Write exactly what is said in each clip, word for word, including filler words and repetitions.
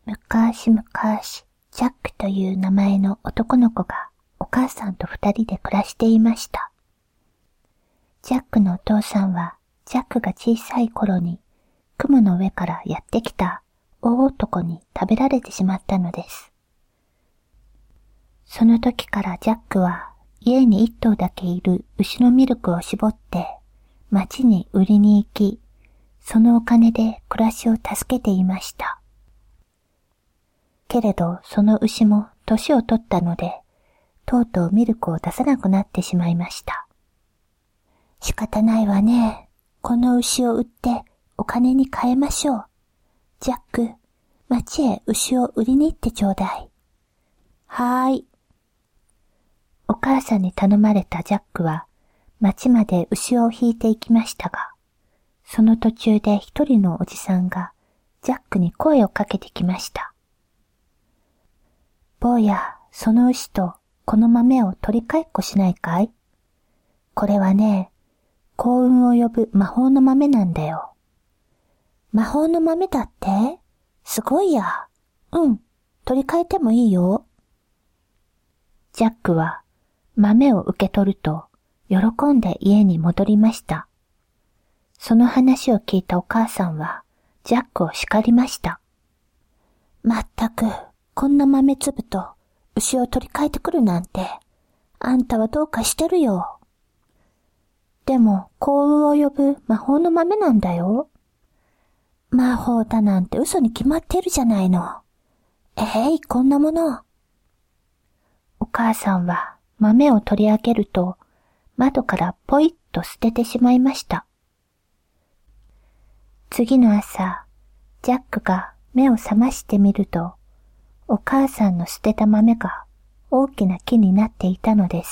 むかしむかし、ジャックという名前の男の子がお母さんと二人で暮らしていました。ジャックのお父さんは、ジャックが小さい頃に雲の上からやってきた大男に食べられてしまったのです。その時からジャックは家に一頭だけいる牛のミルクを絞って町に売りに行き、そのお金で暮らしを助けていました。けれどその牛も年を取ったので、とうとうミルクを出さなくなってしまいました。仕方ないわね。この牛を売ってお金に換えましょう。ジャック、町へ牛を売りに行ってちょうだい。はーい。お母さんに頼まれたジャックは町まで牛を引いて行きましたが、その途中で一人のおじさんがジャックに声をかけてきました。坊や、その牛とこの豆を取り替えっこしないかい？これはね、幸運を呼ぶ魔法の豆なんだよ。魔法の豆だって？すごいや。うん、取り替えてもいいよ。ジャックは豆を受け取ると喜んで家に戻りました。その話を聞いたお母さんはジャックを叱りました。まったく、こんな豆粒と牛を取り替えてくるなんて、あんたはどうかしてるよ。でも幸運を呼ぶ魔法の豆なんだよ。魔法だなんて嘘に決まってるじゃないの。ええい、こんなもの。お母さんは豆を取り上げると窓からポイッと捨ててしまいました。次の朝、ジャックが目を覚ましてみると、お母さんの捨てた豆が大きな木になっていたのです。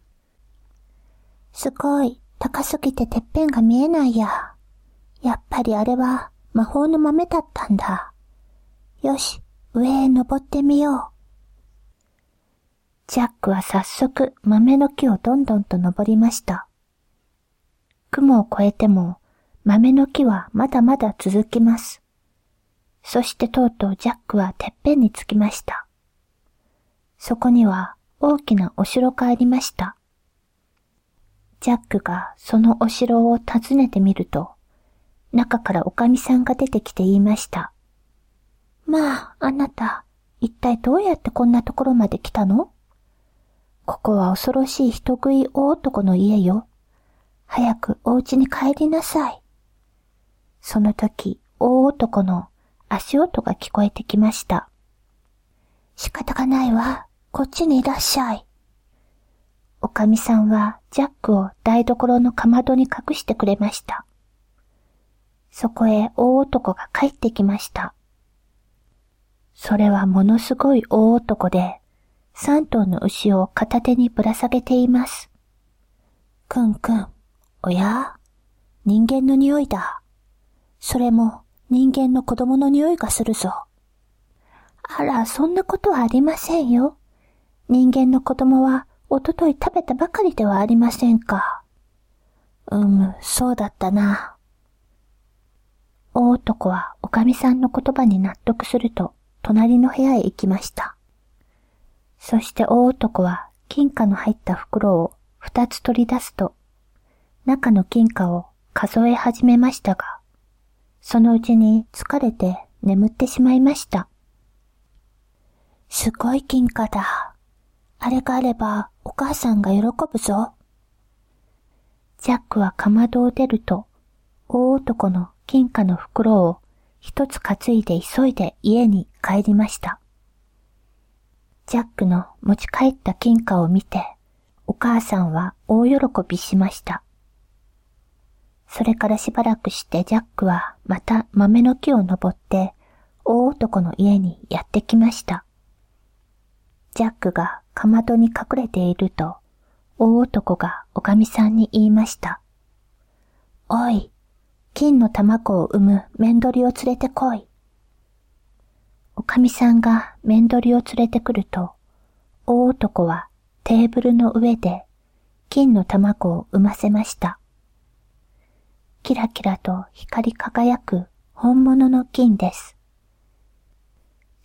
すごい、高すぎててっぺんが見えないや。やっぱりあれは魔法の豆だったんだ。よし、上へ登ってみよう。ジャックは早速豆の木をどんどんと登りました。雲を越えても豆の木はまだまだ続きます。そしてとうとうジャックはてっぺんに着きました。そこには大きなお城がありました。ジャックがそのお城を訪ねてみると、中からおかみさんが出てきて言いました。まあ、あなた、一体どうやってこんなところまで来たの？ここは恐ろしい人食い大男の家よ。早くお家に帰りなさい。その時、大男の足音が聞こえてきました。仕方がないわ。こっちにいらっしゃい。おかみさんはジャックを台所のかまどに隠してくれました。そこへ大男が帰ってきました。それはものすごい大男で、三頭の牛を片手にぶら下げています。くんくん、おや？人間の匂いだ。それも人間の子供の匂いがするぞ。あら、そんなことはありませんよ。人間の子供はおととい食べたばかりではありませんか。うむ、そうだったな。大男はおかみさんの言葉に納得すると、隣の部屋へ行きました。そして大男は金貨の入った袋を二つ取り出すと、中の金貨を数え始めましたが、そのうちに疲れて眠ってしまいました。すごい金貨だ。あれがあればお母さんが喜ぶぞ。ジャックはかまどを出ると、大男の金貨の袋を一つ担いで急いで家に帰りました。ジャックの持ち帰った金貨を見て、お母さんは大喜びしました。それからしばらくしてジャックはまた豆の木を登って大男の家にやってきました。ジャックがかまどに隠れていると、大男がおかみさんに言いました。おい、金の卵を産むメンドリを連れてこい。おかみさんがメンドリを連れてくると、大男はテーブルの上で金の卵を産ませました。キラキラと光り輝く本物の金です。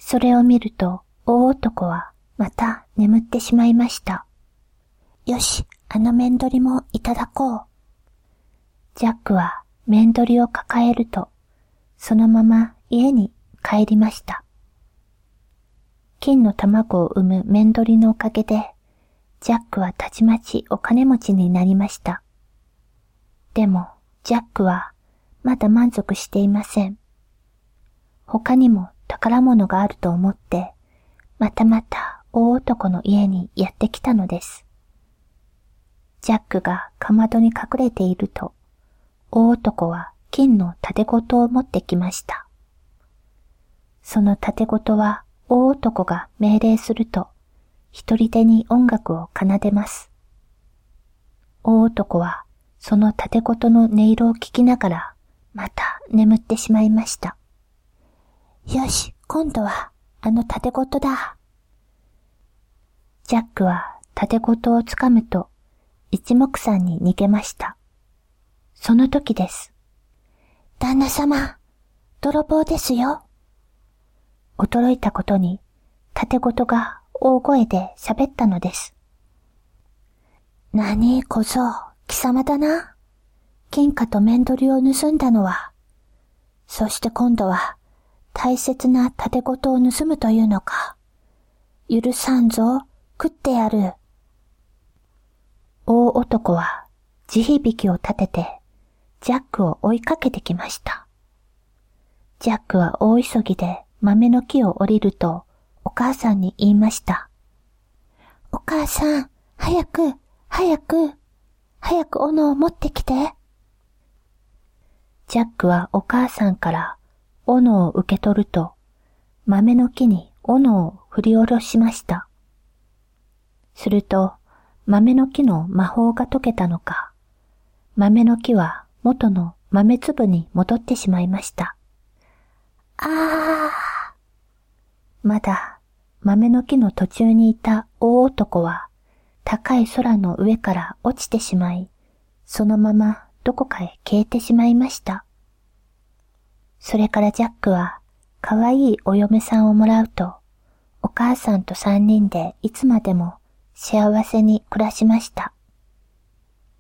それを見ると大男はまた眠ってしまいました。よし、あの面取りもいただこう。ジャックは面取りを抱えると、そのまま家に帰りました。金の卵を産む面取りのおかげで、ジャックはたちまちお金持ちになりました。でも、ジャックはまだ満足していません。他にも宝物があると思って、またまた大男の家にやってきたのです。ジャックがかまどに隠れていると、大男は金の盾事を持ってきました。その盾事は大男が命令すると、一人手に音楽を奏でます。大男はその盾事の音色を聞きながら、また眠ってしまいました。よし、今度はあの盾事だ。ジャックは盾事をつかむと、一目散に逃げました。その時です。旦那様、泥棒ですよ。驚いたことに、盾事が大声で喋ったのです。何小僧、貴様だな。金貨と面取りを盗んだのは。そして今度は、大切な盾事を盗むというのか。許さんぞ、食ってやる。大男は地響きを立てて、ジャックを追いかけてきました。ジャックは大急ぎで豆の木を降りると、お母さんに言いました。お母さん、早く、早く、早く斧を持ってきて。ジャックはお母さんから斧を受け取ると、豆の木に斧を振り下ろしました。すると、豆の木の魔法が解けたのか、豆の木は元の豆粒に戻ってしまいました。ああ。まだ豆の木の途中にいた大男は高い空の上から落ちてしまい、そのままどこかへ消えてしまいました。それからジャックはかわいいお嫁さんをもらうと、お母さんと三人でいつまでも幸せに暮らしました。